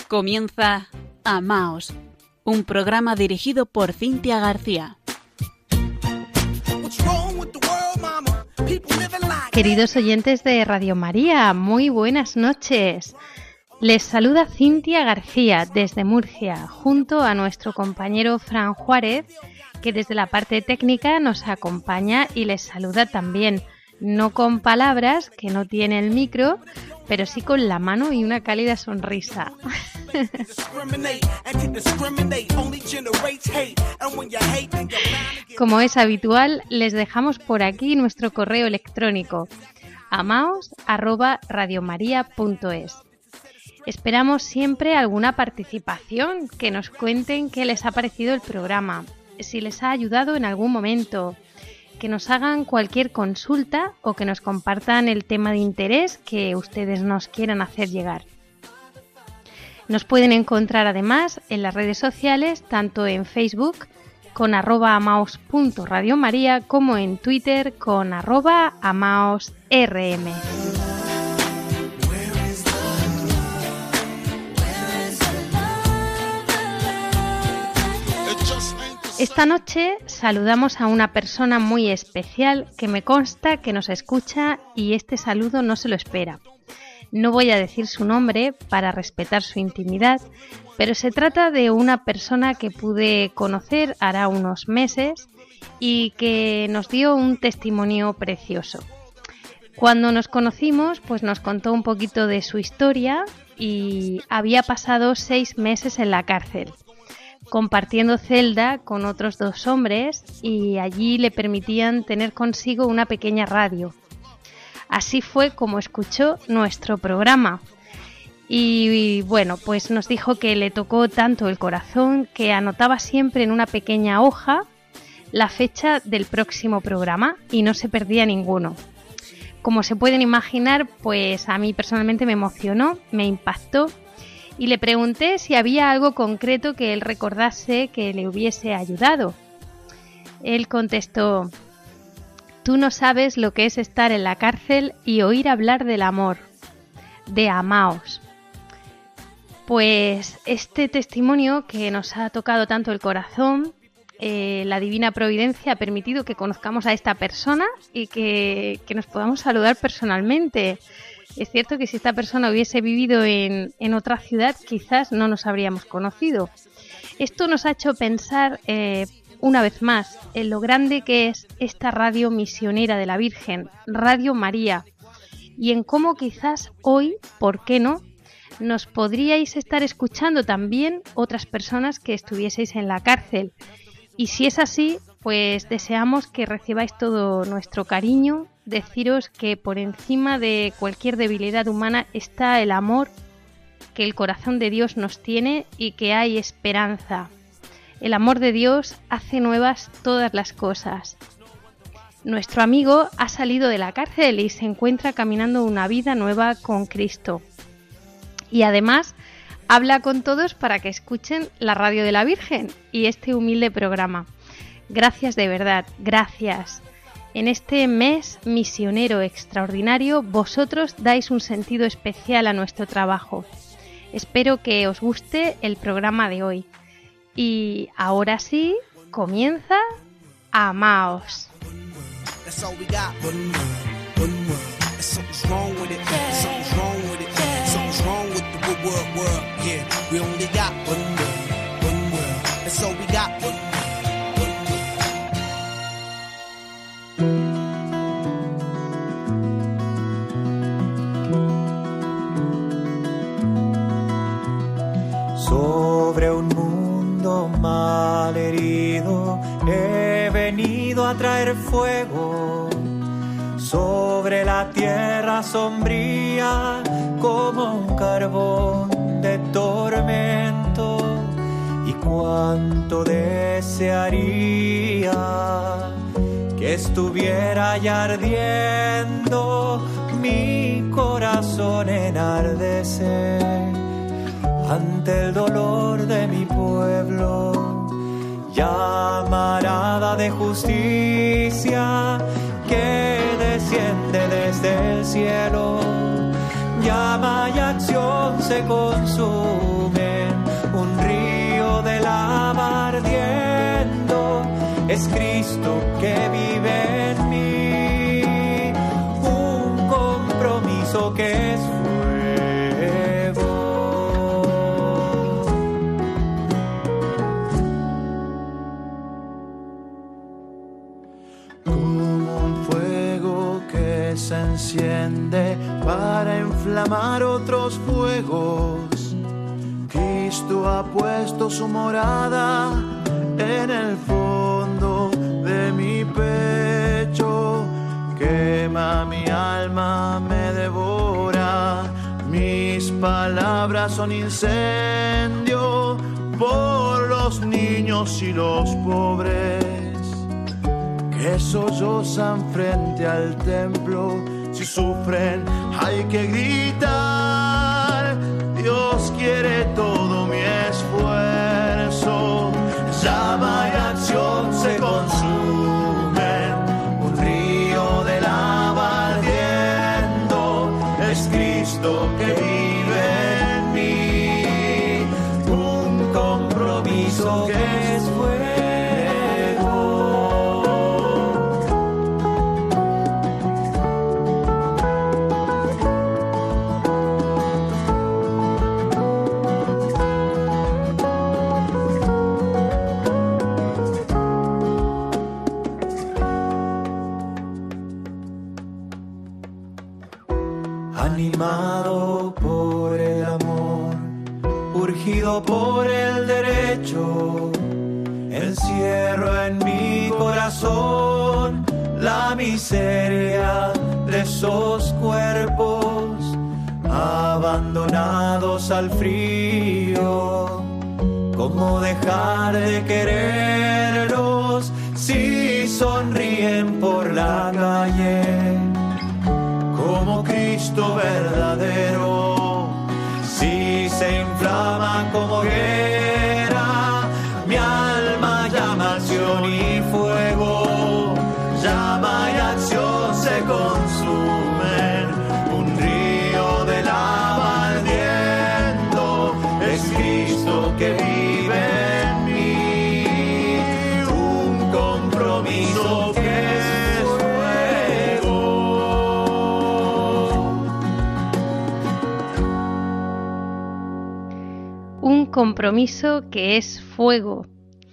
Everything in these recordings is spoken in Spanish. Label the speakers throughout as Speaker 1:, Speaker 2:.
Speaker 1: Comienza Amaos, un programa dirigido por Cintia García.
Speaker 2: Queridos oyentes de Radio María, muy buenas noches. Les saluda Cintia García desde Murcia, junto a nuestro compañero Fran Juárez, que desde la parte técnica nos acompaña y les saluda también, no con palabras, que no tiene el micro, pero sí con la mano y una cálida sonrisa. Como es habitual, les dejamos por aquí nuestro correo electrónico amaos@radiomaria.es. Esperamos siempre alguna participación, que nos cuenten qué les ha parecido el programa, si les ha ayudado en algún momento, que nos hagan cualquier consulta o que nos compartan el tema de interés que ustedes nos quieran hacer llegar. Nos pueden encontrar además en las redes sociales, tanto en Facebook con @amaos.radiomaria como en Twitter con @amaosrm. Esta noche saludamos a una persona muy especial que me consta que nos escucha y este saludo no se lo espera. No voy a decir su nombre para respetar su intimidad, pero se trata de una persona que pude conocer hará unos meses y que nos dio un testimonio precioso. Cuando nos conocimos, pues nos contó un poquito de su historia y había pasado 6 meses en la cárcel, compartiendo celda con otros 2 hombres, y allí le permitían tener consigo una pequeña radio. Así fue como escuchó nuestro programa. Y bueno, pues nos dijo que le tocó tanto el corazón que anotaba siempre en una pequeña hoja la fecha del próximo programa y no se perdía ninguno. Como se pueden imaginar, pues a mí personalmente me emocionó, me impactó, y le pregunté si había algo concreto que él recordase que le hubiese ayudado. Él contestó: tú no sabes lo que es estar en la cárcel y oír hablar del amor, de Amaos. Pues este testimonio que nos ha tocado tanto el corazón, la divina providencia ha permitido que conozcamos a esta persona y que nos podamos saludar personalmente. Es cierto que si esta persona hubiese vivido en otra ciudad, quizás no nos habríamos conocido. Esto nos ha hecho pensar una vez más en lo grande que es esta radio misionera de la Virgen, Radio María, y en cómo quizás hoy, ¿por qué no?, nos podríais estar escuchando también otras personas que estuvieseis en la cárcel. Y si es así, pues deseamos que recibáis todo nuestro cariño, deciros que por encima de cualquier debilidad humana está el amor que el corazón de Dios nos tiene y que hay esperanza. El amor de Dios hace nuevas todas las cosas. Nuestro amigo ha salido de la cárcel y se encuentra caminando una vida nueva con Cristo. Y además habla con todos para que escuchen la radio de la Virgen y este humilde programa. Gracias de verdad, gracias. En este mes misionero extraordinario, vosotros dais un sentido especial a nuestro trabajo. Espero que os guste el programa de hoy. Y ahora sí, comienza Amaos.
Speaker 3: Sobre un mundo mal herido he venido a traer fuego, sobre la tierra sombría como un carbón de tormento, y cuánto desearía que estuviera ya ardiendo mi corazón enardecer ante el dolor de mi pueblo, llamarada de justicia que desciende desde el cielo, llama y acción se consume es Cristo que vive en mí, un compromiso que es fuego.
Speaker 4: Como un fuego que se enciende para inflamar otros fuegos, Cristo ha puesto su morada en el fondo de mi pecho. Quema mi alma, me devora. Mis palabras son incendio por los niños y los pobres que sollozan frente al templo. Si sufren, hay que gritar. Dios quiere todo mi esfuerzo. Llama y acción se consumen. Un río de lava ardiendo. Es Cristo que vive en mí. Un compromiso que es fuego. Animado por el amor, urgido por el derecho, encierro en mi corazón la miseria de esos cuerpos abandonados al frío. ¿Cómo dejar de quererlos si sonríen por la calle? Como Cristo verdadero, si se inflama como hoguera, mi alma llama acción y fuego, llama y acción se consumen, un río de lava ardiendo, es Cristo que vive en mí, un compromiso que es
Speaker 2: un compromiso que es fuego.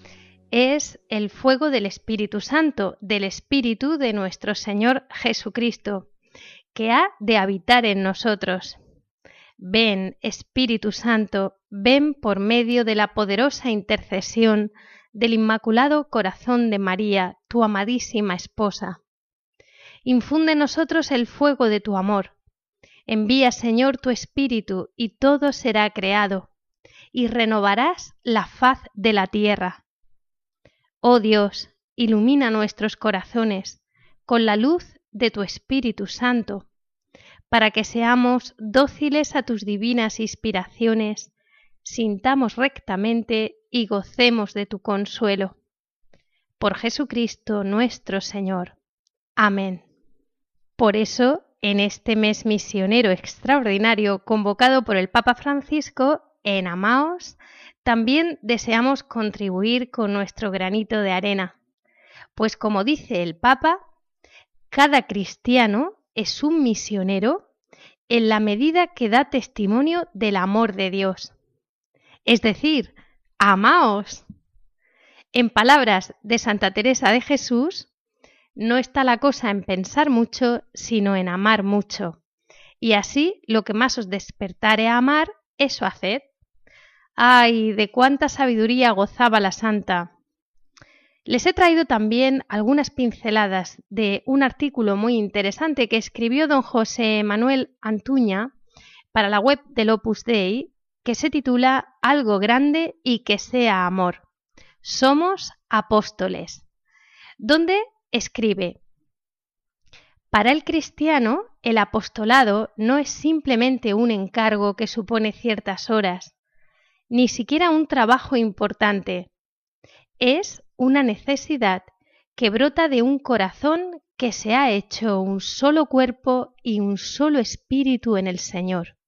Speaker 2: Es el fuego del Espíritu Santo, del Espíritu de nuestro Señor Jesucristo, que ha de habitar en nosotros. Ven, Espíritu Santo, ven por medio de la poderosa intercesión del Inmaculado Corazón de María, tu amadísima esposa. Infunde en nosotros el fuego de tu amor. Envía, Señor, tu Espíritu, y todo será creado, y renovarás la faz de la tierra. Oh Dios, ilumina nuestros corazones con la luz de tu Espíritu Santo, para que seamos dóciles a tus divinas inspiraciones, sintamos rectamente y gocemos de tu consuelo. Por Jesucristo nuestro Señor. Amén. Por eso, en este mes misionero extraordinario convocado por el Papa Francisco, en Amaos, también deseamos contribuir con nuestro granito de arena, pues como dice el Papa, cada cristiano es un misionero en la medida que da testimonio del amor de Dios. Es decir, amaos. En palabras de Santa Teresa de Jesús, no está la cosa en pensar mucho, sino en amar mucho. Y así lo que más os despertare a amar, eso haced. ¡Ay, de cuánta sabiduría gozaba la santa! Les he traído también algunas pinceladas de un artículo muy interesante que escribió don José Manuel Antuña para la web del Opus Dei, que se titula Algo grande y que sea amor. Somos apóstoles, donde escribe: para el cristiano, el apostolado no es simplemente un encargo que supone ciertas horas, ni siquiera un trabajo importante. Es una necesidad que brota de un corazón que se ha hecho un solo cuerpo y un solo espíritu en el Señor.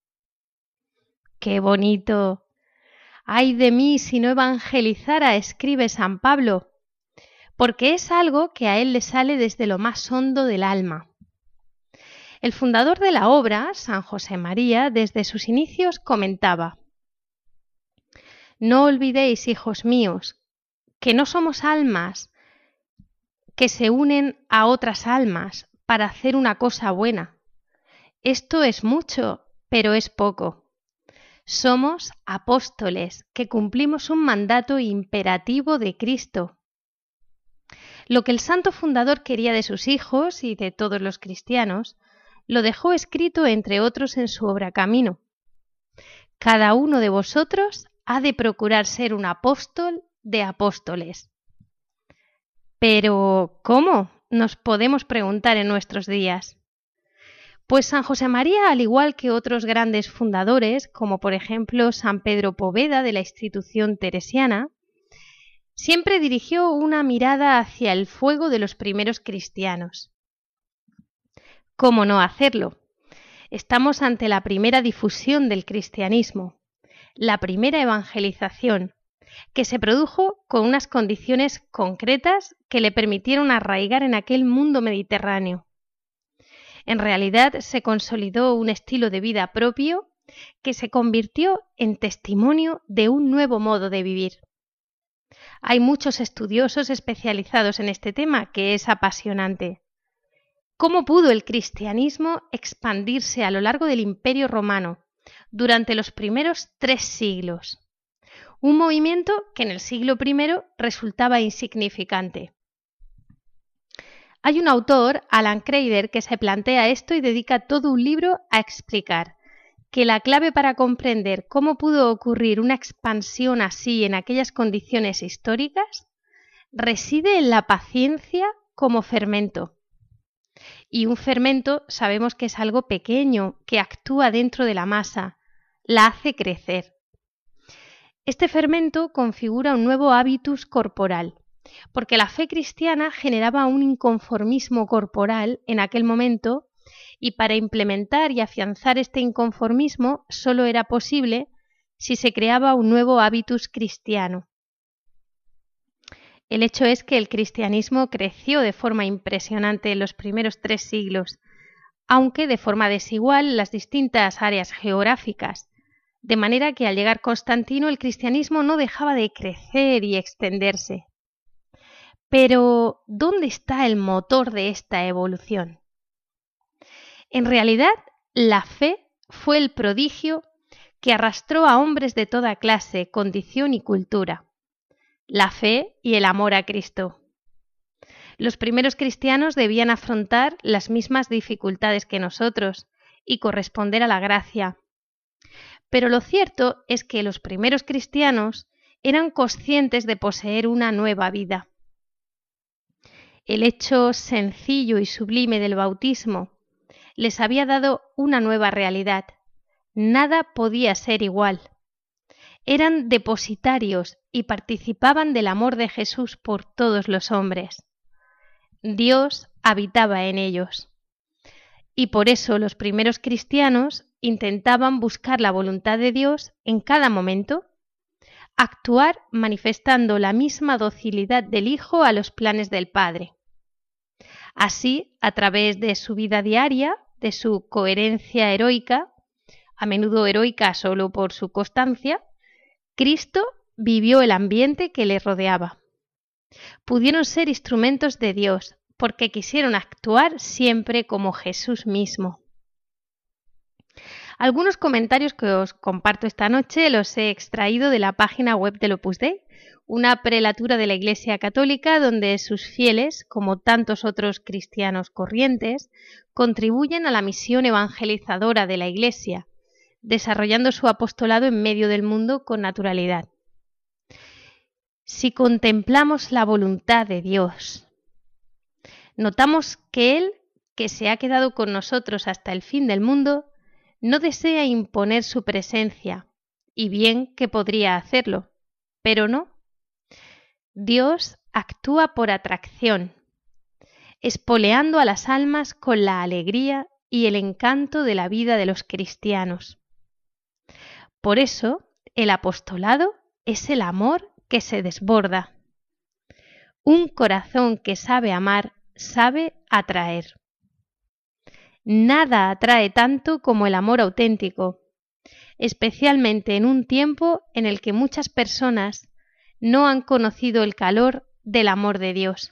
Speaker 2: ¡Qué bonito! ¡Ay de mí si no evangelizara!, escribe San Pablo. porque es algo que a él le sale desde lo más hondo del alma. El fundador de la obra, San José María, desde sus inicios comentaba: «No olvidéis, hijos míos, que no somos almas que se unen a otras almas para hacer una cosa buena. Esto es mucho, pero es poco. Somos apóstoles que cumplimos un mandato imperativo de Cristo». Lo que el santo fundador quería de sus hijos y de todos los cristianos, lo dejó escrito, entre otros, en su obra Camino. Cada uno de vosotros ha de procurar ser un apóstol de apóstoles. Pero, ¿cómo?, nos podemos preguntar en nuestros días. Pues San José María, al igual que otros grandes fundadores, como por ejemplo San Pedro Poveda de la institución teresiana, siempre dirigió una mirada hacia el fuego de los primeros cristianos. ¿Cómo no hacerlo? Estamos ante la primera difusión del cristianismo, la primera evangelización, que se produjo con unas condiciones concretas que le permitieron arraigar en aquel mundo mediterráneo. En realidad se consolidó un estilo de vida propio que se convirtió en testimonio de un nuevo modo de vivir. Hay muchos estudiosos especializados en este tema, que es apasionante. ¿Cómo pudo el cristianismo expandirse a lo largo del Imperio Romano durante los primeros 3 siglos? Un movimiento que en el siglo I resultaba insignificante. Hay un autor, Alan Kreider, que se plantea esto y dedica todo un libro a explicar que la clave para comprender cómo pudo ocurrir una expansión así en aquellas condiciones históricas reside en la paciencia como fermento. Y un fermento sabemos que es algo pequeño, que actúa dentro de la masa, la hace crecer. Este fermento configura un nuevo hábitus corporal, porque la fe cristiana generaba un inconformismo corporal en aquel momento, y para implementar y afianzar este inconformismo solo era posible si se creaba un nuevo hábitus cristiano. El hecho es que el cristianismo creció de forma impresionante en los primeros 3 siglos, aunque de forma desigual en las distintas áreas geográficas, de manera que al llegar Constantino el cristianismo no dejaba de crecer y extenderse. Pero, ¿dónde está el motor de esta evolución? En realidad, la fe fue el prodigio que arrastró a hombres de toda clase, condición y cultura. La fe y el amor a Cristo. Los primeros cristianos debían afrontar las mismas dificultades que nosotros y corresponder a la gracia. Pero lo cierto es que los primeros cristianos eran conscientes de poseer una nueva vida. El hecho sencillo y sublime del bautismo les había dado una nueva realidad. Nada podía ser igual. Eran depositarios y participaban del amor de Jesús por todos los hombres. Dios habitaba en ellos. Y por eso los primeros cristianos intentaban buscar la voluntad de Dios en cada momento, actuar manifestando la misma docilidad del Hijo a los planes del Padre. Así, a través de su vida diaria, de su coherencia heroica, a menudo heroica solo por su constancia, Cristo vivió el ambiente que le rodeaba. Pudieron ser instrumentos de Dios porque quisieron actuar siempre como Jesús mismo. Algunos comentarios que os comparto esta noche los he extraído de la página web del Opus Dei, una prelatura de la Iglesia Católica donde sus fieles, como tantos otros cristianos corrientes, contribuyen a la misión evangelizadora de la Iglesia, desarrollando su apostolado en medio del mundo con naturalidad. Si contemplamos la voluntad de Dios, notamos que Él, que se ha quedado con nosotros hasta el fin del mundo, no desea imponer su presencia, y bien que podría hacerlo, pero no. Dios actúa por atracción, espoleando a las almas con la alegría y el encanto de la vida de los cristianos. Por eso, el apostolado es el amor que se desborda. Un corazón que sabe amar, sabe atraer. Nada atrae tanto como el amor auténtico, especialmente en un tiempo en el que muchas personas no han conocido el calor del amor de Dios.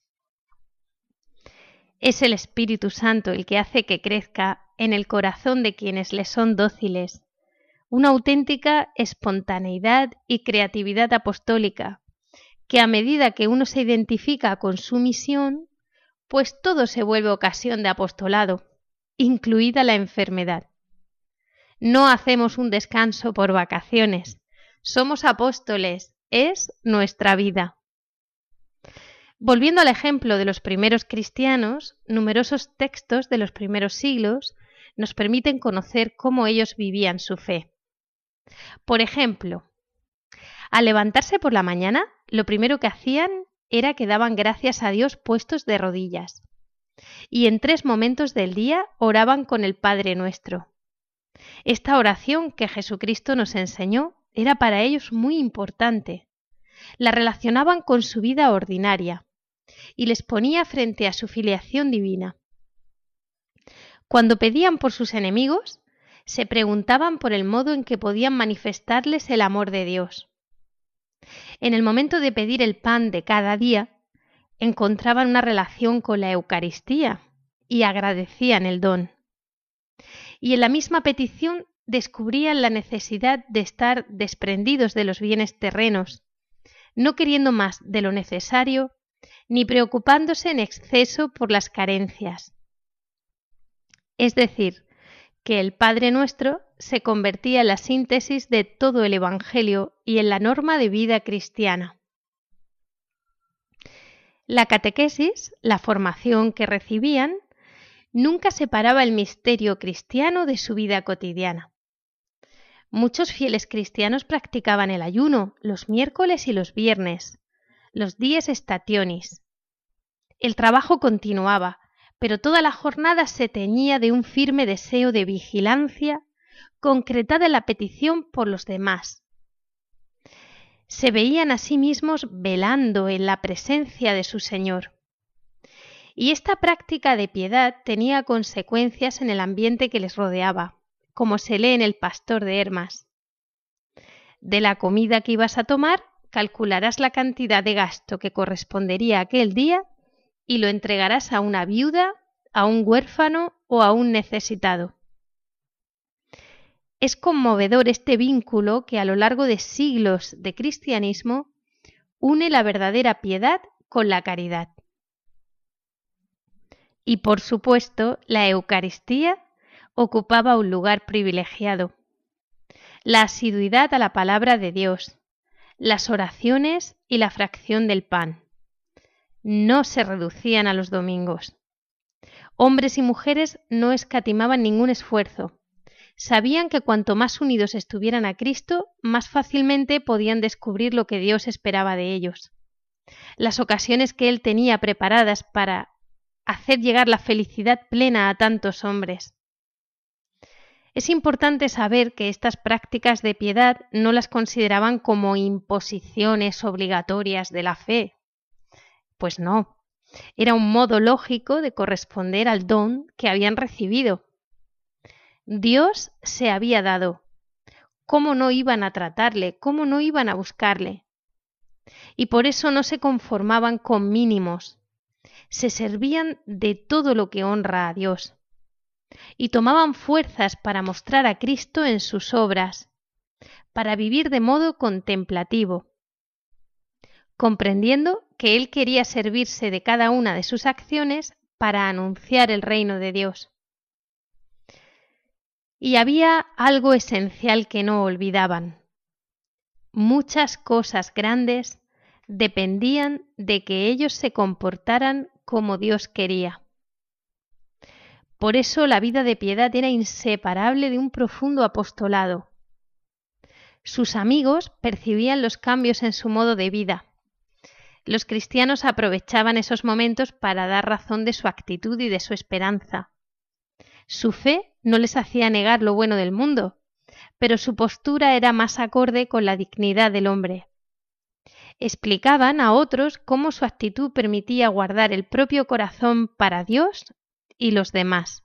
Speaker 2: Es el Espíritu Santo el que hace que crezca en el corazón de quienes le son dóciles una auténtica espontaneidad y creatividad apostólica, que a medida que uno se identifica con su misión, pues todo se vuelve ocasión de apostolado, incluida la enfermedad. No hacemos un descanso por vacaciones, somos apóstoles, es nuestra vida. Volviendo al ejemplo de los primeros cristianos, numerosos textos de los primeros siglos nos permiten conocer cómo ellos vivían su fe. Por ejemplo, al levantarse por la mañana, lo primero que hacían era que daban gracias a Dios puestos de rodillas, y en 3 momentos del día oraban con el Padre Nuestro. Esta oración que Jesucristo nos enseñó era para ellos muy importante. La relacionaban con su vida ordinaria y les ponía frente a su filiación divina. Cuando pedían por sus enemigos, se preguntaban por el modo en que podían manifestarles el amor de Dios. En el momento de pedir el pan de cada día, encontraban una relación con la Eucaristía y agradecían el don. Y en la misma petición descubrían la necesidad de estar desprendidos de los bienes terrenos, no queriendo más de lo necesario ni preocupándose en exceso por las carencias. Es decir, que el Padre Nuestro se convertía en la síntesis de todo el Evangelio y en la norma de vida cristiana. La catequesis, la formación que recibían, nunca separaba el misterio cristiano de su vida cotidiana. Muchos fieles cristianos practicaban el ayuno los miércoles y los viernes, los dies stationis. El trabajo continuaba, pero toda la jornada se teñía de un firme deseo de vigilancia, concretada en la petición por los demás. Se veían a sí mismos velando en la presencia de su Señor. Y esta práctica de piedad tenía consecuencias en el ambiente que les rodeaba, como se lee en El Pastor de Hermas. De la comida que ibas a tomar, calcularás la cantidad de gasto que correspondería aquel día y lo entregarás a una viuda, a un huérfano o a un necesitado. Es conmovedor este vínculo que a lo largo de siglos de cristianismo une la verdadera piedad con la caridad. Y por supuesto, la Eucaristía ocupaba un lugar privilegiado. La asiduidad a la palabra de Dios, las oraciones y la fracción del pan no se reducían a los domingos. Hombres y mujeres no escatimaban ningún esfuerzo. Sabían que cuanto más unidos estuvieran a Cristo, más fácilmente podían descubrir lo que Dios esperaba de ellos. Las ocasiones que Él tenía preparadas para hacer llegar la felicidad plena a tantos hombres. Es importante saber que estas prácticas de piedad no las consideraban como imposiciones obligatorias de la fe. Pues no, era un modo lógico de corresponder al don que habían recibido. Dios se había dado. ¿Cómo no iban a tratarle? ¿Cómo no iban a buscarle? Y por eso no se conformaban con mínimos. Se servían de todo lo que honra a Dios. Y tomaban fuerzas para mostrar a Cristo en sus obras, para vivir de modo contemplativo, comprendiendo que Él quería servirse de cada una de sus acciones para anunciar el reino de Dios. Y había algo esencial que no olvidaban. Muchas cosas grandes dependían de que ellos se comportaran como Dios quería. Por eso la vida de piedad era inseparable de un profundo apostolado. Sus amigos percibían los cambios en su modo de vida. Los cristianos aprovechaban esos momentos para dar razón de su actitud y de su esperanza. Su fe no les hacía negar lo bueno del mundo, pero su postura era más acorde con la dignidad del hombre. Explicaban a otros cómo su actitud permitía guardar el propio corazón para Dios y los demás.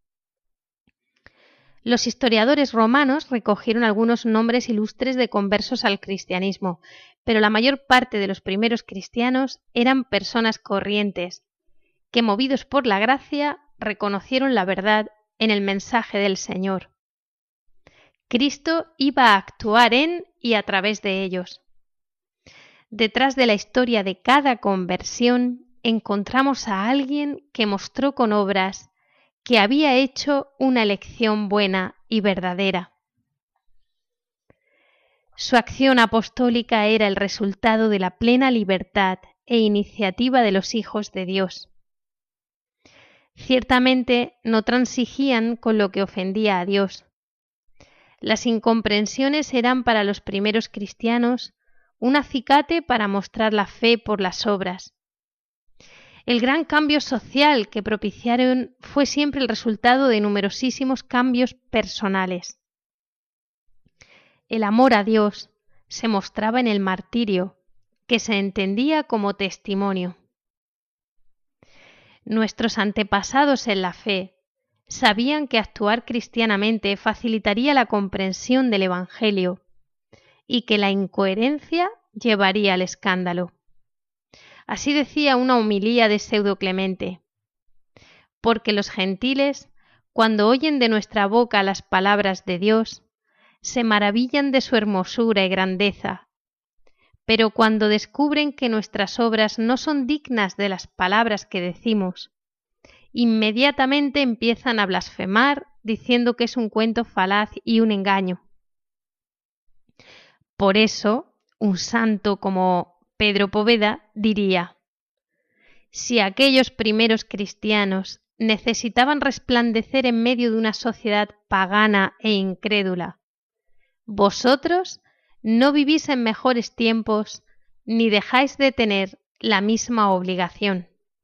Speaker 2: Los historiadores romanos recogieron algunos nombres ilustres de conversos al cristianismo, pero la mayor parte de los primeros cristianos eran personas corrientes, que movidos por la gracia reconocieron la verdad en el mensaje del Señor. Cristo iba a actuar en y a través de ellos. Detrás de la historia de cada conversión encontramos a alguien que mostró con obras que había hecho una elección buena y verdadera. Su acción apostólica era el resultado de la plena libertad e iniciativa de los hijos de Dios. Ciertamente no transigían con lo que ofendía a Dios. Las incomprensiones eran para los primeros cristianos un acicate para mostrar la fe por las obras. El gran cambio social que propiciaron fue siempre el resultado de numerosísimos cambios personales. El amor a Dios se mostraba en el martirio, que se entendía como testimonio. Nuestros antepasados en la fe sabían que actuar cristianamente facilitaría la comprensión del Evangelio y que la incoherencia llevaría al escándalo. Así decía una homilía de Pseudo Clemente: porque los gentiles, cuando oyen de nuestra boca las palabras de Dios, se maravillan de su hermosura y grandeza, pero cuando descubren que nuestras obras no son dignas de las palabras que decimos, inmediatamente empiezan a blasfemar diciendo que es un cuento falaz y un engaño. Por eso, un santo como Pedro Poveda diría: si aquellos primeros cristianos necesitaban resplandecer en medio de una sociedad pagana e incrédula, vosotros no vivís en mejores tiempos ni dejáis de tener la misma obligación.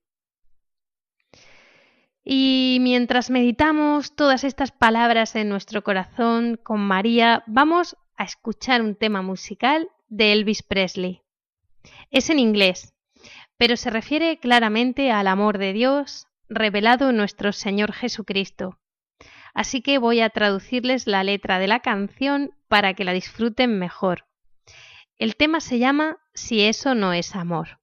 Speaker 2: Y mientras meditamos todas estas palabras en nuestro corazón con María, vamos a escuchar un tema musical de Elvis Presley. Es en inglés, pero se refiere claramente al amor de Dios revelado en nuestro Señor Jesucristo. Así que voy a traducirles la letra de la canción para que la disfruten mejor. El tema se llama Si eso no es amor.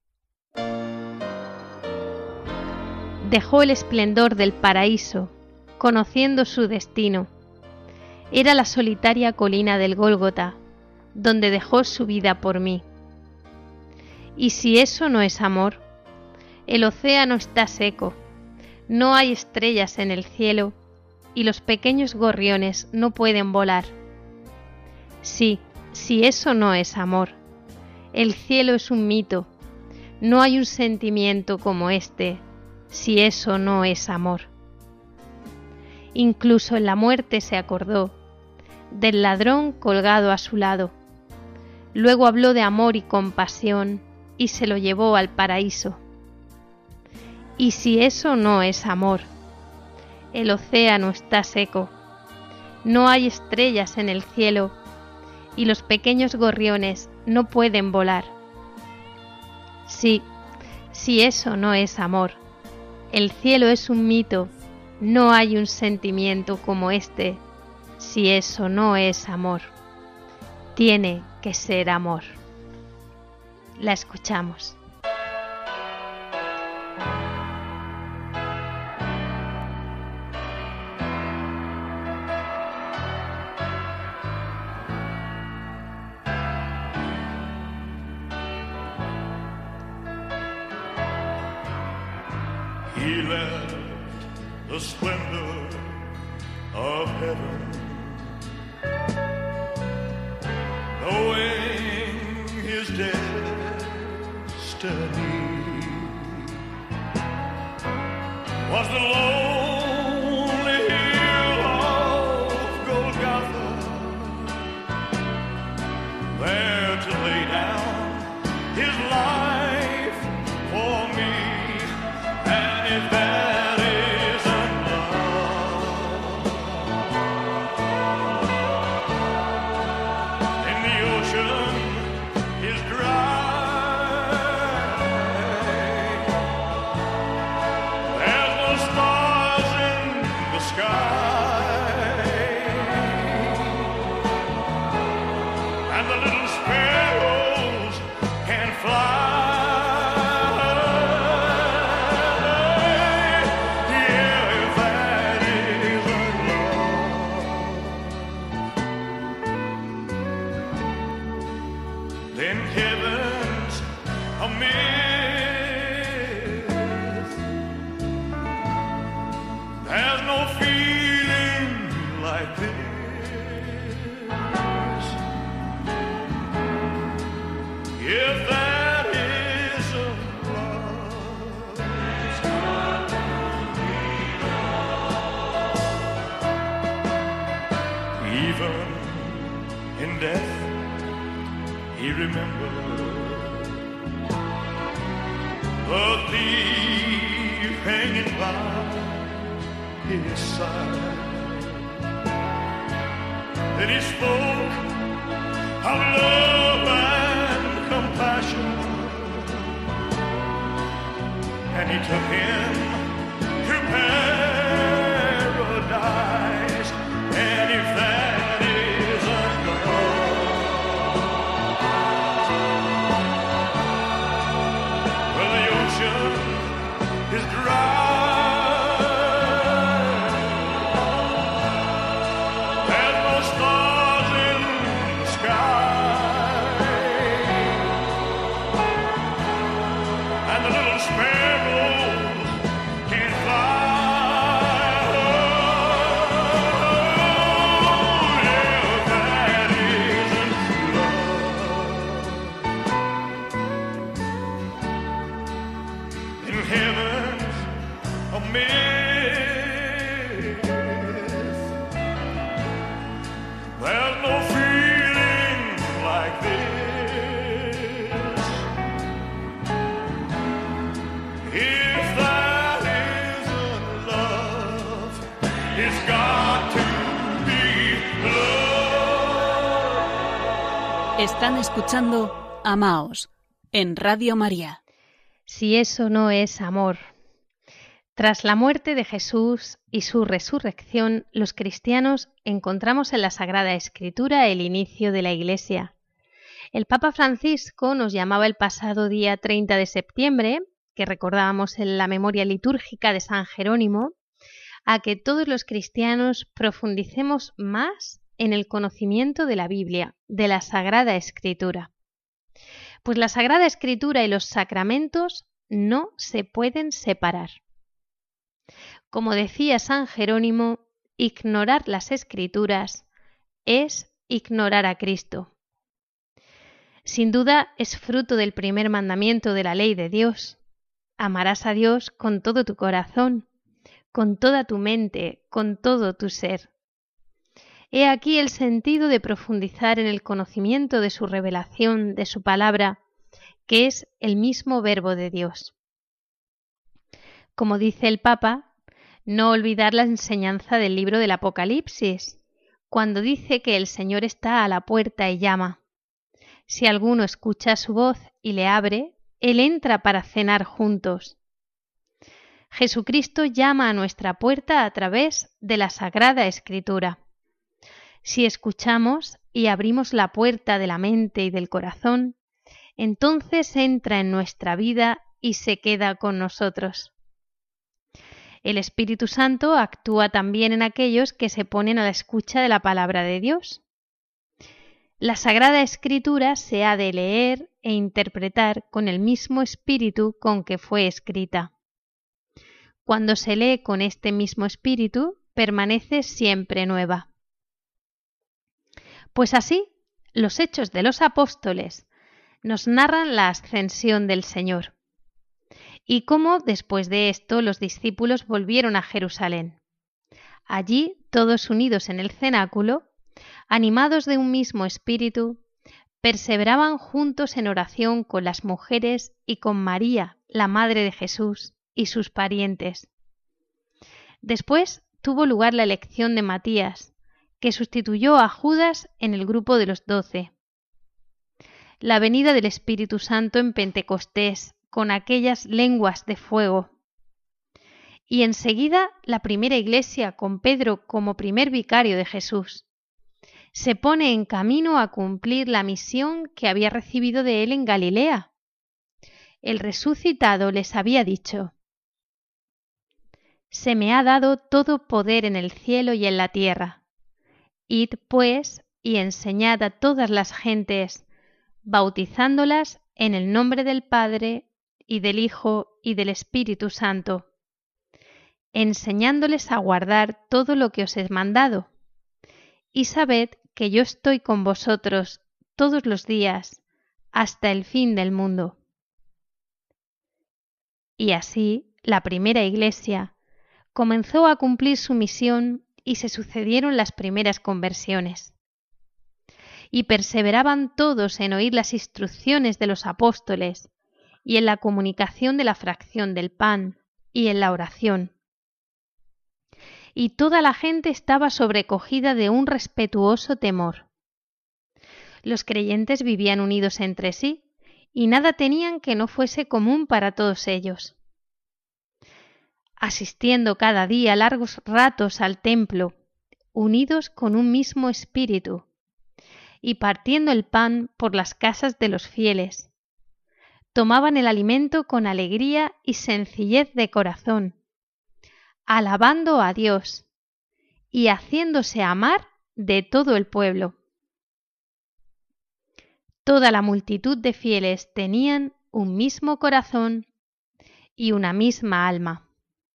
Speaker 2: Dejó el esplendor del paraíso, conociendo su destino. Era la solitaria colina del Gólgota, donde dejó su vida por mí. Y si eso no es amor, el océano está seco, no hay estrellas en el cielo y los pequeños gorriones no pueden volar. Sí, si eso no es amor, el cielo es un mito, no hay un sentimiento como este, si eso no es amor. Incluso en la muerte se acordó del ladrón colgado a su lado. Luego habló de amor y compasión y se lo llevó al paraíso. Y si eso no es amor, el océano está seco, no hay estrellas en el cielo y los pequeños gorriones no pueden volar. Sí, si eso no es amor, el cielo es un mito, no hay un sentimiento como este, si eso no es amor. Tiene que ser amor. La escuchamos.
Speaker 5: He left the splendor of heaven, knowing his destiny was the lonely hill of Golgotha, there to lay down his life for me. And if that isn't love, in the ocean his dry remember the thief hanging by his side. Then he spoke of love and compassion, and he took him to paradise. And if that isn't love, well, the ocean is dry. There's no stars in the sky, and the little sparrows can't fly. Oh, yeah, that isn't love. In heaven's a myth. There's no feeling like this. If that isn't love, it's got to be love.
Speaker 1: Están escuchando Amaos en Radio María.
Speaker 2: Si eso no es amor. Tras la muerte de Jesús y su resurrección, los cristianos encontramos en la Sagrada Escritura el inicio de la Iglesia. El Papa Francisco nos llamaba el pasado día 30 de septiembre, que recordábamos en la memoria litúrgica de San Jerónimo, a que todos los cristianos profundicemos más en el conocimiento de la Biblia, de la Sagrada Escritura. Pues la Sagrada Escritura y los sacramentos no se pueden separar. Como decía San Jerónimo, ignorar las Escrituras es ignorar a Cristo. Sin duda es fruto del primer mandamiento de la ley de Dios. Amarás a Dios con todo tu corazón, con toda tu mente, con todo tu ser. He aquí el sentido de profundizar en el conocimiento de su revelación, de su palabra, que es el mismo Verbo de Dios. Como dice el Papa, no olvidar la enseñanza del libro del Apocalipsis, cuando dice que el Señor está a la puerta y llama. Si alguno escucha su voz y le abre, Él entra para cenar juntos. Jesucristo llama a nuestra puerta a través de la Sagrada Escritura. Si escuchamos y abrimos la puerta de la mente y del corazón, entonces entra en nuestra vida y se queda con nosotros. El Espíritu Santo actúa también en aquellos que se ponen a la escucha de la palabra de Dios. La Sagrada Escritura se ha de leer e interpretar con el mismo espíritu con que fue escrita. Cuando se lee con este mismo espíritu, permanece siempre nueva. Pues así, los Hechos de los Apóstoles nos narran la ascensión del Señor y cómo después de esto los discípulos volvieron a Jerusalén. Allí, todos unidos en el cenáculo, animados de un mismo espíritu, perseveraban juntos en oración con las mujeres y con María, la Madre de Jesús, y sus parientes. Después tuvo lugar la elección de Matías, que sustituyó a Judas en el grupo de los 12. La venida del Espíritu Santo en Pentecostés, con aquellas lenguas de fuego. Y enseguida la primera iglesia con Pedro como primer vicario de Jesús. Se pone en camino a cumplir la misión que había recibido de él en Galilea. El resucitado les había dicho: «Se me ha dado todo poder en el cielo y en la tierra. Id, pues, y enseñad a todas las gentes, bautizándolas en el nombre del Padre, y del Hijo, y del Espíritu Santo, enseñándoles a guardar todo lo que os he mandado. Y sabed que yo estoy con vosotros todos los días, hasta el fin del mundo». Y así, la primera iglesia comenzó a cumplir su misión y se sucedieron las primeras conversiones. y perseveraban todos en oír las instrucciones de los apóstoles y en la comunicación de la fracción del pan y en la oración. Y toda la gente estaba sobrecogida de un respetuoso temor. Los creyentes vivían unidos entre sí y nada tenían que no fuese común para todos ellos. Asistiendo cada día largos ratos al templo, unidos con un mismo espíritu, y partiendo el pan por las casas de los fieles, tomaban el alimento con alegría y sencillez de corazón, alabando a Dios y haciéndose amar de todo el pueblo. Toda la multitud de fieles tenían un mismo corazón y una misma alma.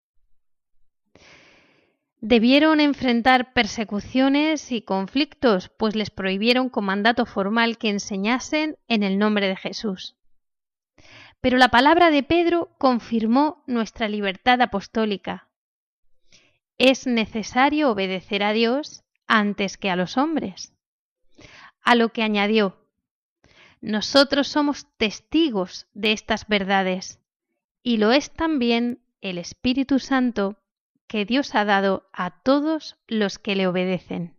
Speaker 2: Debieron enfrentar persecuciones y conflictos, pues les prohibieron con mandato formal que enseñasen en el nombre de Jesús. Pero la palabra de Pedro confirmó nuestra libertad apostólica. Es necesario obedecer a Dios antes que a los hombres. A lo que añadió: nosotros somos testigos de estas verdades, y lo es también el Espíritu Santo que Dios ha dado a todos los que le obedecen.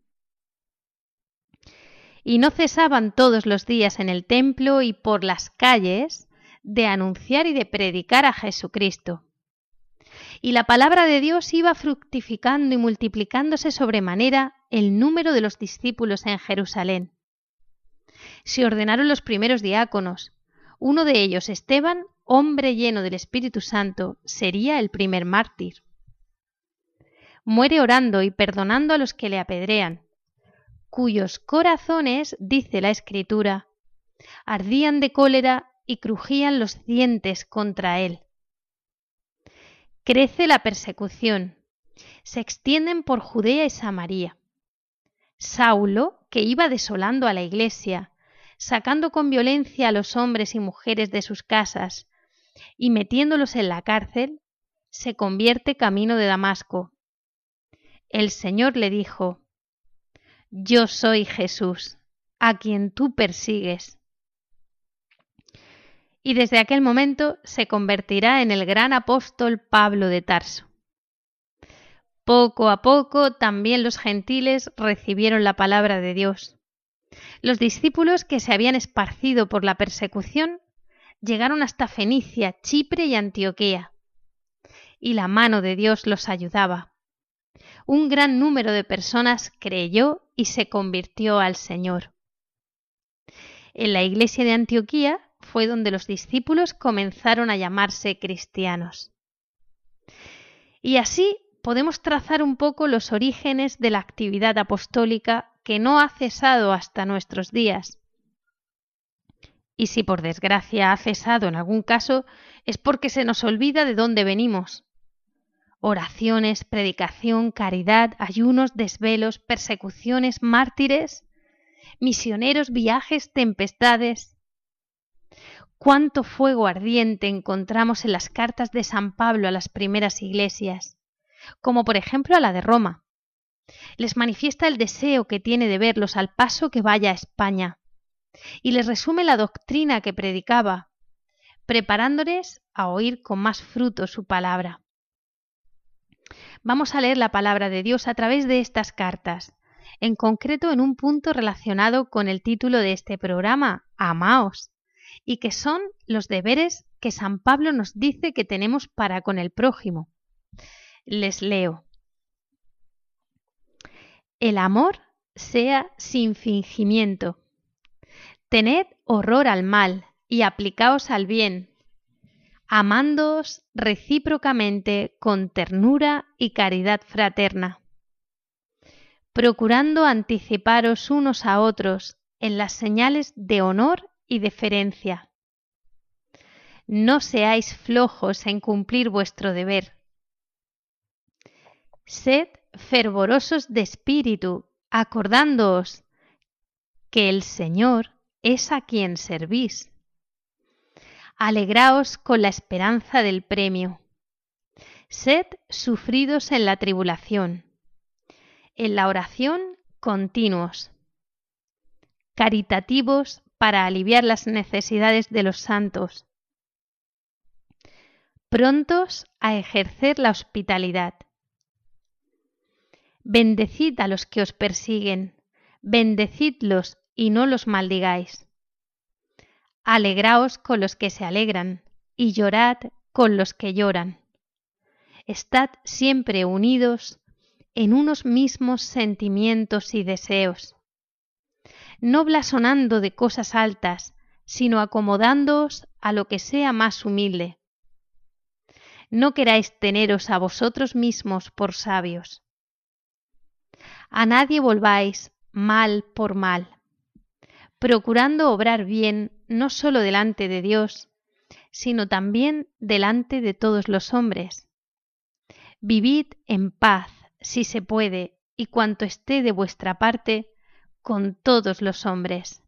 Speaker 2: Y no cesaban todos los días en el templo y por las calles de anunciar y de predicar a Jesucristo. Y la palabra de Dios iba fructificando y multiplicándose sobremanera el número de los discípulos en Jerusalén. Se ordenaron los primeros diáconos. Uno de ellos, Esteban, hombre lleno del Espíritu Santo, sería el primer mártir. Muere orando y perdonando a los que le apedrean, cuyos corazones, dice la Escritura, ardían de cólera y crujían los dientes contra él. Crece la persecución, se extienden por Judea y Samaria. Saulo, que iba desolando a la iglesia, sacando con violencia a los hombres y mujeres de sus casas y metiéndolos en la cárcel, se convierte camino de Damasco. El Señor le dijo: yo soy Jesús, a quien tú persigues. Y desde aquel momento se convertirá en el gran apóstol Pablo de Tarso. Poco a poco también los gentiles recibieron la palabra de Dios. Los discípulos que se habían esparcido por la persecución llegaron hasta Fenicia, Chipre y Antioquía, y la mano de Dios los ayudaba. Un gran número de personas creyó y se convirtió al Señor. En la iglesia de Antioquía fue donde los discípulos comenzaron a llamarse cristianos. Y así podemos trazar un poco los orígenes de la actividad apostólica que no ha cesado hasta nuestros días. Y si por desgracia ha cesado en algún caso, es porque se nos olvida de dónde venimos. Oraciones, predicación, caridad, ayunos, desvelos, persecuciones, mártires, misioneros, viajes, tempestades. Cuánto fuego ardiente encontramos en las cartas de San Pablo a las primeras iglesias, como por ejemplo a la de Roma. Les manifiesta el deseo que tiene de verlos al paso que vaya a España y les resume la doctrina que predicaba, preparándoles a oír con más fruto su palabra. Vamos a leer la palabra de Dios a través de estas cartas, en concreto en un punto relacionado con el título de este programa, Amaos, y que son los deberes que San Pablo nos dice que tenemos para con el prójimo. Les leo. El amor sea sin fingimiento. Tened horror al mal y aplicaos al bien, amándoos recíprocamente con ternura y caridad fraterna, procurando anticiparos unos a otros en las señales de honor y deferencia. No seáis flojos en cumplir vuestro deber. Sed fervorosos de espíritu, acordándoos que el Señor es a quien servís. Alegraos con la esperanza del premio. Sed sufridos en la tribulación. En la oración continuos. caritativos para aliviar las necesidades de los santos, prontos a ejercer la hospitalidad. Bendecid a los que os persiguen, bendecidlos y no los maldigáis. Alegraos con los que se alegran y llorad con los que lloran. Estad siempre unidos en unos mismos sentimientos y deseos, no blasonando de cosas altas, sino acomodándoos a lo que sea más humilde. No queráis teneros a vosotros mismos por sabios. A nadie volváis mal por mal, procurando obrar bien no solo delante de Dios, sino también delante de todos los hombres. Vivid en paz, si se puede, y cuanto esté de vuestra parte, con todos los hombres.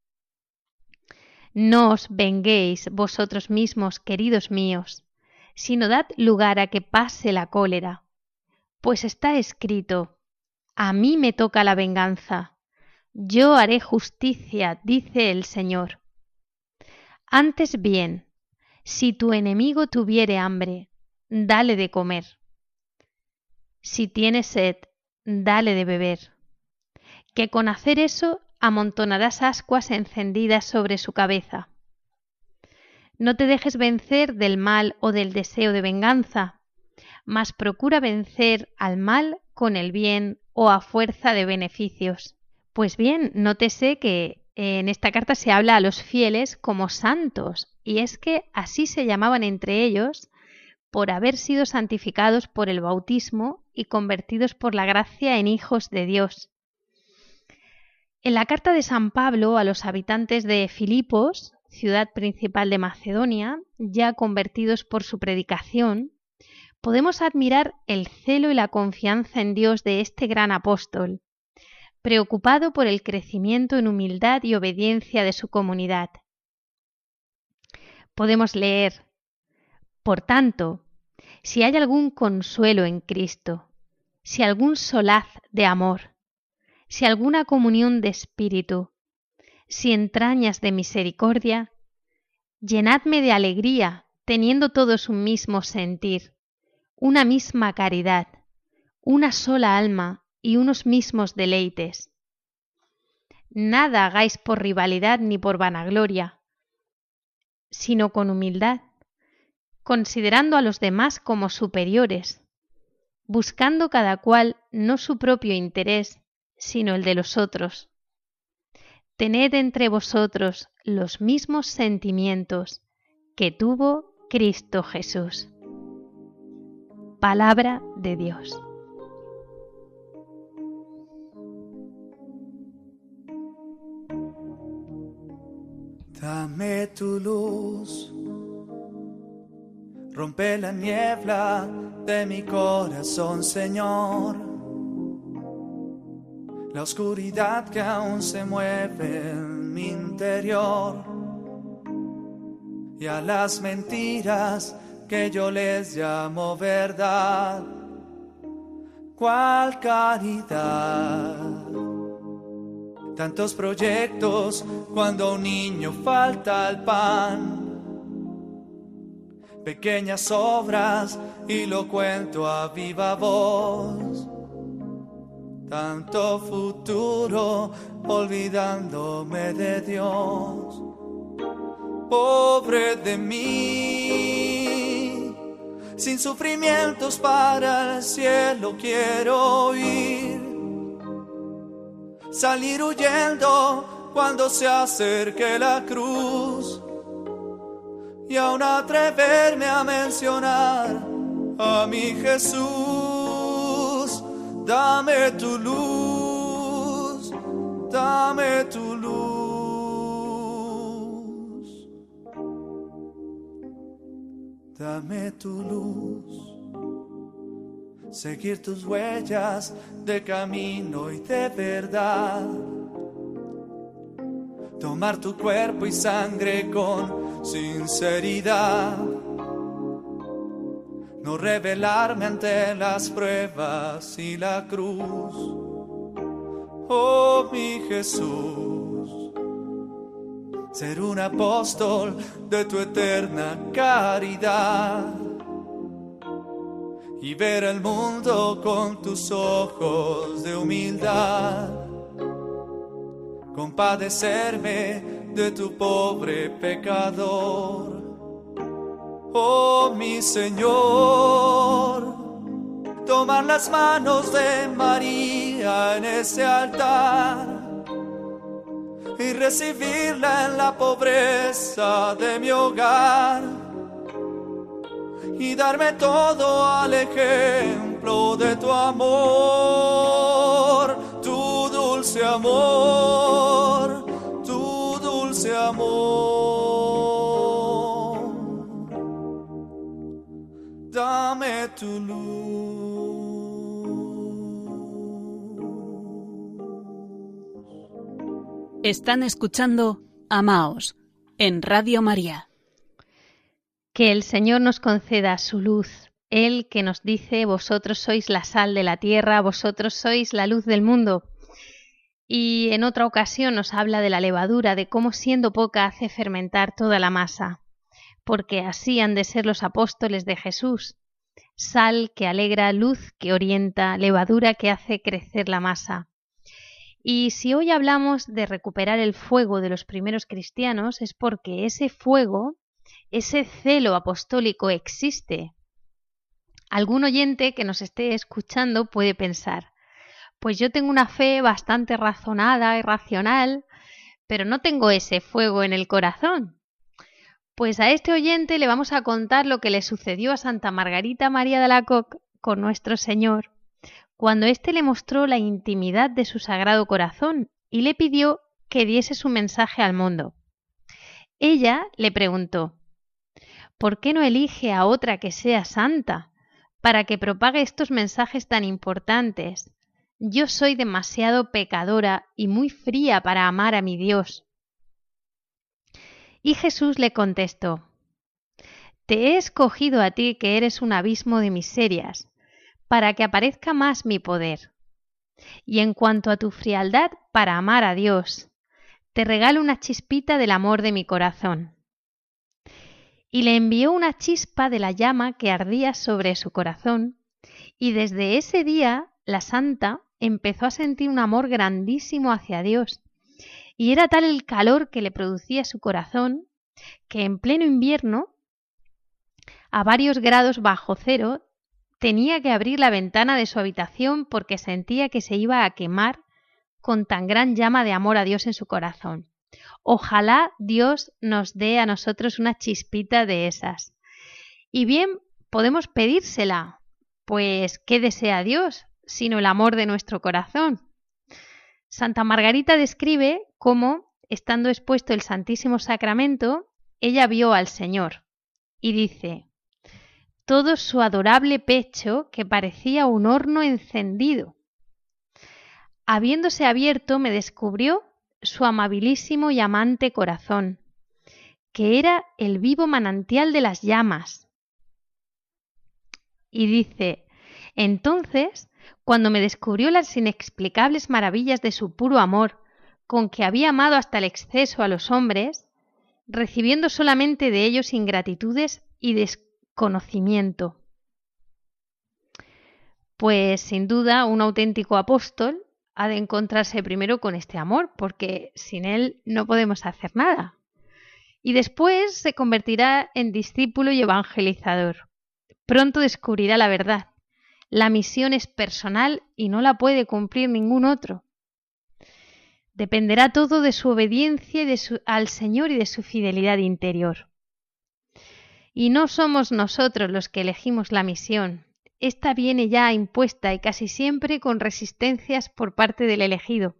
Speaker 2: No os venguéis vosotros mismos, queridos míos, sino dad lugar a que pase la cólera, pues está escrito: a mí me toca la venganza, yo haré justicia, dice el Señor. Antes bien, si tu enemigo tuviere hambre, dale de comer. Si tiene sed, dale de beber, que con hacer eso amontonarás ascuas encendidas sobre su cabeza. No te dejes vencer del mal o del deseo de venganza, mas procura vencer al mal con el bien o a fuerza de beneficios. Pues bien, nótese que en esta carta se habla a los fieles como santos, y es que así se llamaban entre ellos por haber sido santificados por el bautismo y convertidos por la gracia en hijos de Dios. En la carta de San Pablo a los habitantes de Filipos, ciudad principal de Macedonia, ya convertidos por su predicación, podemos admirar el celo y la confianza en Dios de este gran apóstol, preocupado por el crecimiento en humildad y obediencia de su comunidad. Podemos leer: por tanto, si hay algún consuelo en Cristo, si algún solaz de amor, si alguna comunión de espíritu, si entrañas de misericordia, llenadme de alegría, teniendo todos un mismo sentir, una misma caridad, una sola alma y unos mismos deleites. Nada hagáis por rivalidad ni por vanagloria, sino con humildad, considerando a los demás como superiores, buscando cada cual no su propio interés, sino el de los otros. Tened entre vosotros los mismos sentimientos que tuvo Cristo Jesús. Palabra de Dios.
Speaker 4: Dame tu luz, rompe la niebla de mi corazón, Señor. La oscuridad que aún se mueve en mi interior, y a las mentiras que yo les llamo verdad, ¿cuál caridad? Tantos proyectos cuando a un niño falta el pan, pequeñas obras y lo cuento a viva voz. Tanto futuro olvidándome de Dios. Pobre de mí, sin sufrimientos para el cielo quiero ir. Salir huyendo cuando se acerque la cruz, y aún atreverme a mencionar a mi Jesús. Dame tu luz, dame tu luz, dame tu luz. Seguir tus huellas de camino y de verdad, tomar tu cuerpo y sangre con sinceridad, no rebelarme ante las pruebas y la cruz. Oh mi Jesús, ser un apóstol de tu eterna caridad y ver el mundo con tus ojos de humildad, compadecerme de tu pobre pecador. Oh mi Señor, tomar las manos de María en ese altar y recibirla en la pobreza de mi hogar y darme todo al ejemplo de tu amor, tu dulce amor, tu dulce amor. Dame tu luz.
Speaker 1: Están escuchando Amaos en Radio María.
Speaker 2: Que el Señor nos conceda su luz. Él que nos dice: vosotros sois la sal de la tierra, vosotros sois la luz del mundo. Y en otra ocasión nos habla de la levadura, de cómo siendo poca hace fermentar toda la masa. Porque así han de ser los apóstoles de Jesús. Sal que alegra, luz que orienta, levadura que hace crecer la masa. Y si hoy hablamos de recuperar el fuego de los primeros cristianos, es porque ese fuego, ese celo apostólico existe. Algún oyente que nos esté escuchando puede pensar: pues yo tengo una fe bastante razonada y racional, pero no tengo ese fuego en el corazón. Pues a este oyente le vamos a contar lo que le sucedió a Santa Margarita María de Alacoque con nuestro Señor, cuando éste le mostró la intimidad de su Sagrado Corazón y le pidió que diese su mensaje al mundo. Ella le preguntó: ¿por qué no elige a otra que sea santa para que propague estos mensajes tan importantes? Yo soy demasiado pecadora y muy fría para amar a mi Dios. Y Jesús le contestó: te he escogido a ti, que eres un abismo de miserias, para que aparezca más mi poder. Y en cuanto a tu frialdad para amar a Dios, te regalo una chispita del amor de mi corazón. Y le envió una chispa de la llama que ardía sobre su corazón, y desde ese día la santa empezó a sentir un amor grandísimo hacia Dios, y era tal el calor que le producía su corazón, que en pleno invierno, a varios grados bajo cero, tenía que abrir la ventana de su habitación porque sentía que se iba a quemar con tan gran llama de amor a Dios en su corazón. Ojalá Dios nos dé a nosotros una chispita de esas. Y bien, podemos pedírsela, pues ¿qué desea Dios sino el amor de nuestro corazón? Santa Margarita describe cómo, estando expuesto el Santísimo Sacramento, ella vio al Señor y dice: todo su adorable pecho que parecía un horno encendido. Habiéndose abierto, me descubrió su amabilísimo y amante corazón, que era el vivo manantial de las llamas. Y dice: entonces, cuando me descubrió las inexplicables maravillas de su puro amor, con que había amado hasta el exceso a los hombres, recibiendo solamente de ellos ingratitudes y desconocimiento. Pues sin duda un auténtico apóstol ha de encontrarse primero con este amor, porque sin él no podemos hacer nada. Y después se convertirá en discípulo y evangelizador. Pronto descubrirá la verdad. La misión es personal y no la puede cumplir ningún otro. Dependerá todo de su obediencia y al Señor y de su fidelidad interior. Y no somos nosotros los que elegimos la misión. Esta viene ya impuesta y casi siempre con resistencias por parte del elegido.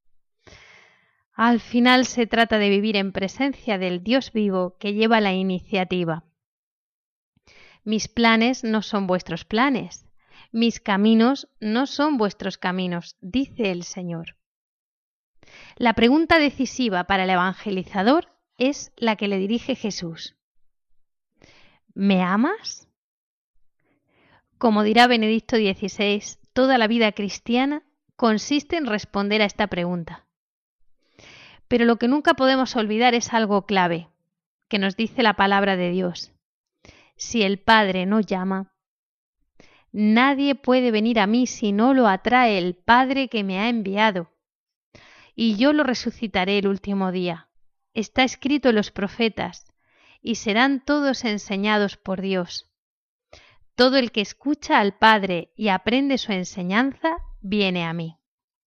Speaker 2: Al final se trata de vivir en presencia del Dios vivo que lleva la iniciativa. Mis planes no son vuestros planes, mis caminos no son vuestros caminos, dice el Señor. La pregunta decisiva para el evangelizador es la que le dirige Jesús. ¿Me amas? Como dirá Benedicto XVI, toda la vida cristiana consiste en responder a esta pregunta. Pero lo que nunca podemos olvidar es algo clave, que nos dice la palabra de Dios. Si el Padre no llama, nadie puede venir a mí si no lo atrae el Padre que me ha enviado. Y yo lo resucitaré el último día. Está escrito en los profetas, y serán todos enseñados por Dios. Todo el que escucha al Padre y aprende su enseñanza, viene a mí.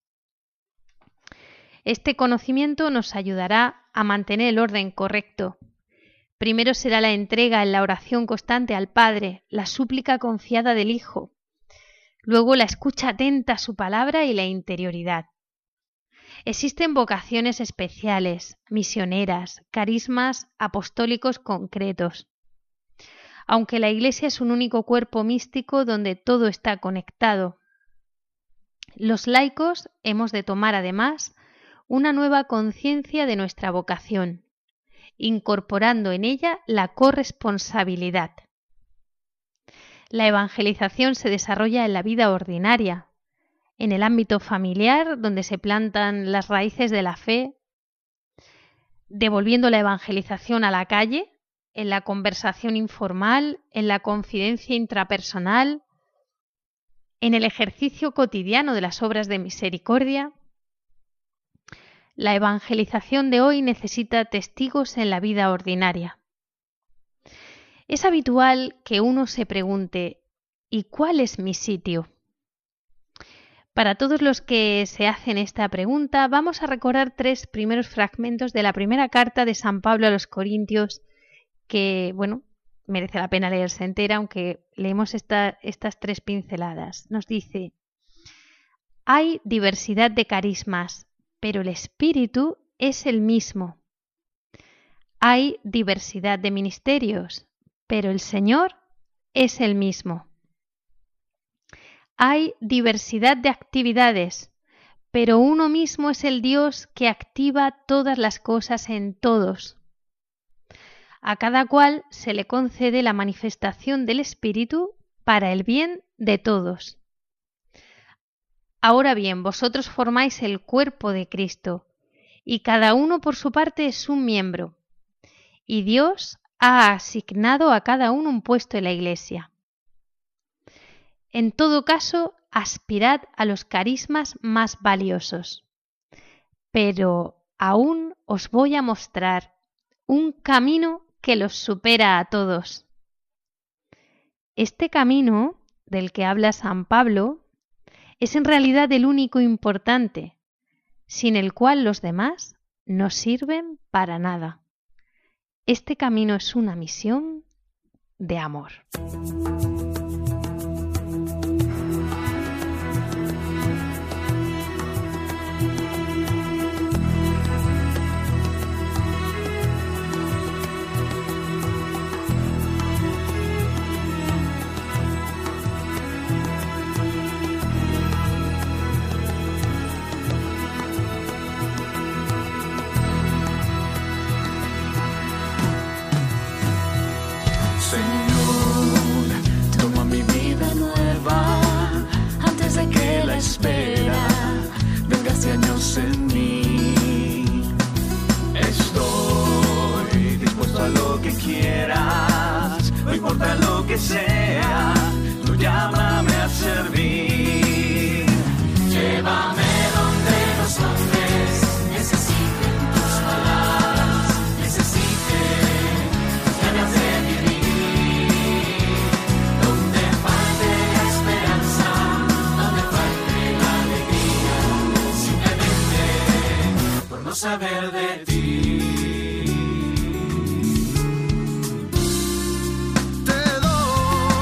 Speaker 2: Este conocimiento nos ayudará a mantener el orden correcto. Primero será la entrega en la oración constante al Padre, la súplica confiada del Hijo. Luego la escucha atenta a su palabra y la interioridad. Existen vocaciones especiales, misioneras, carismas apostólicos concretos. Aunque la Iglesia es un único cuerpo místico donde todo está conectado, los laicos hemos de tomar además una nueva conciencia de nuestra vocación, incorporando en ella la corresponsabilidad. La evangelización se desarrolla en la vida ordinaria, en el ámbito familiar, donde se plantan las raíces de la fe, devolviendo la evangelización a la calle, en la conversación informal, en la confidencia intrapersonal, en el ejercicio cotidiano de las obras de misericordia. La evangelización de hoy necesita testigos en la vida ordinaria. Es habitual que uno se pregunte, ¿y cuál es mi sitio? Para todos los que se hacen esta pregunta, vamos a recordar 3 primeros fragmentos de la primera carta de San Pablo a los Corintios, que, merece la pena leerse entera, aunque leemos estas 3 pinceladas. Nos dice: hay diversidad de carismas, pero el Espíritu es el mismo. Hay diversidad de ministerios, pero el Señor es el mismo. Hay diversidad de actividades, pero uno mismo es el Dios que activa todas las cosas en todos. A cada cual se le concede la manifestación del Espíritu para el bien de todos. Ahora bien, vosotros formáis el cuerpo de Cristo, y cada uno por su parte es un miembro, y Dios ha asignado a cada uno un puesto en la Iglesia. En todo caso, aspirad a los carismas más valiosos. Pero aún os voy a mostrar un camino que los supera a todos. Este camino del que habla San Pablo es en realidad el único importante, sin el cual los demás no sirven para nada. Este camino es una misión de amor.
Speaker 4: Espera, venga hace años en mí. Estoy dispuesto a lo que quieras, no importa lo que sea, tú llámame a servir. Llévame donde los hombres necesiten tus palabras, necesiten ganas de vivir. Donde falte la esperanza, no saber de ti. Te doy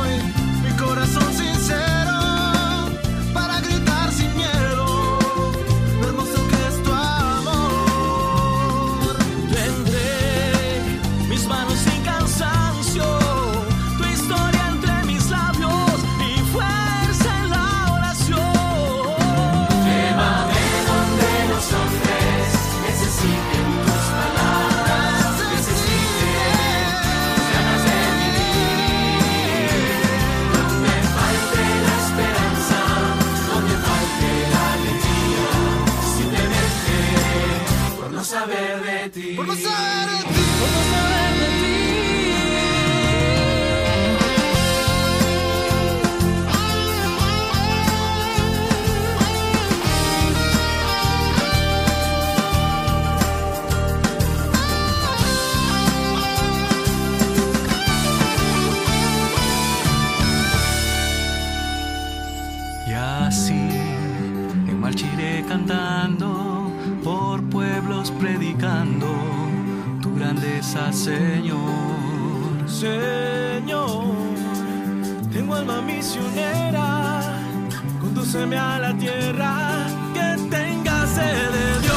Speaker 4: Señor.
Speaker 6: Señor, tengo alma misionera, condúceme a la tierra que tenga sed de Dios.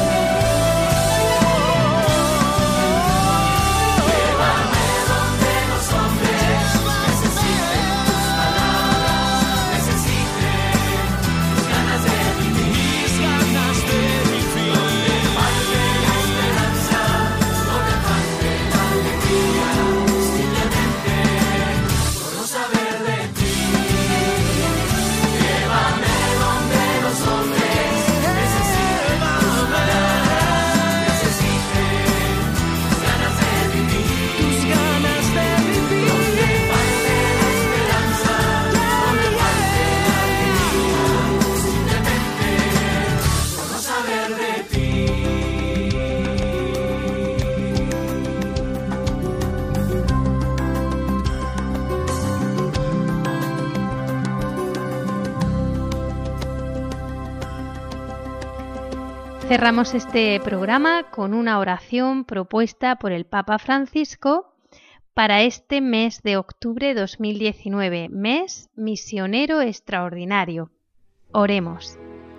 Speaker 2: Cerramos este programa con una oración propuesta por el Papa Francisco para este mes de octubre 2019, mes misionero extraordinario. Oremos.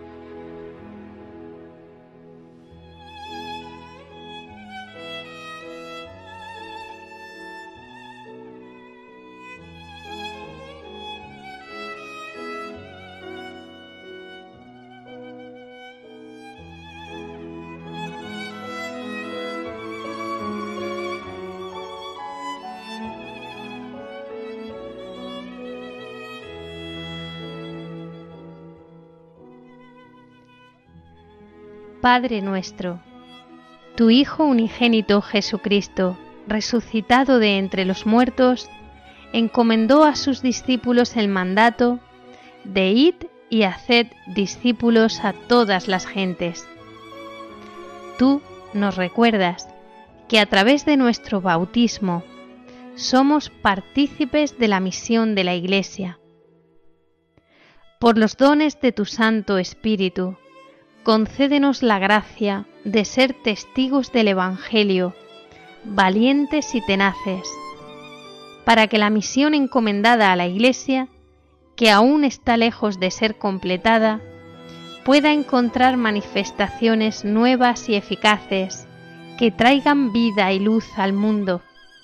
Speaker 2: Padre nuestro, tu Hijo unigénito Jesucristo, resucitado de entre los muertos, encomendó a sus discípulos el mandato de id y haced discípulos a todas las gentes. Tú nos recuerdas que a través de nuestro bautismo somos partícipes de la misión de la Iglesia. Por los dones de tu Santo Espíritu, concédenos la gracia de ser testigos del Evangelio, valientes y tenaces, para que la misión encomendada a la Iglesia, que aún está lejos de ser completada, pueda encontrar manifestaciones nuevas y eficaces que traigan vida y luz al mundo.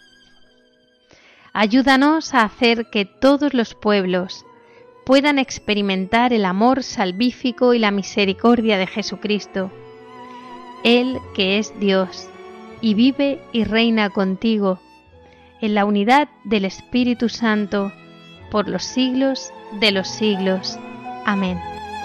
Speaker 2: Ayúdanos a hacer que todos los pueblos puedan experimentar el amor salvífico y la misericordia de Jesucristo, Él que es Dios y vive y reina contigo, en la unidad del Espíritu Santo, por los siglos de los siglos. Amén.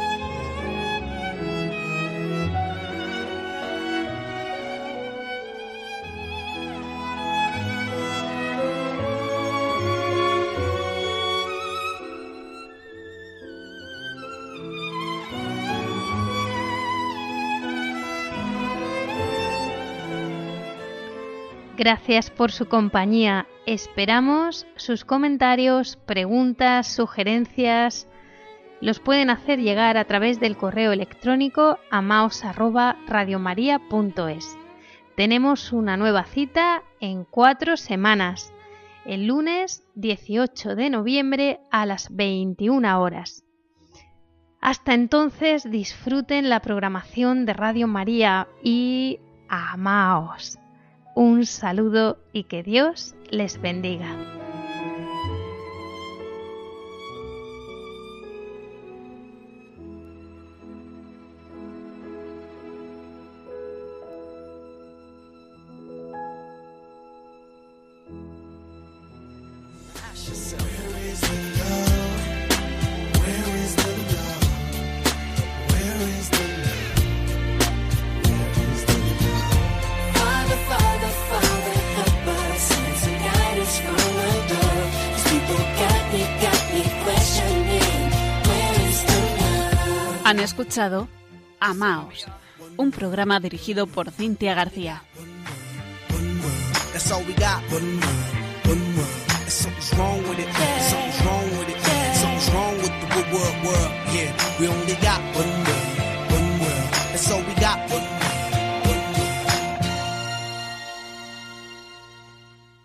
Speaker 2: Gracias por su compañía. Esperamos sus comentarios, preguntas, sugerencias. Los pueden hacer llegar a través del correo electrónico amaos@radiomaria.es. Tenemos una nueva cita en 4 semanas, el lunes 18 de noviembre a las 21 horas. Hasta entonces disfruten la programación de Radio María y amaos. Un saludo y que Dios les bendiga.
Speaker 1: Han escuchado Amaos, un programa dirigido por Cintia García.
Speaker 4: That's all we got. Something's wrong with it. Something's wrong.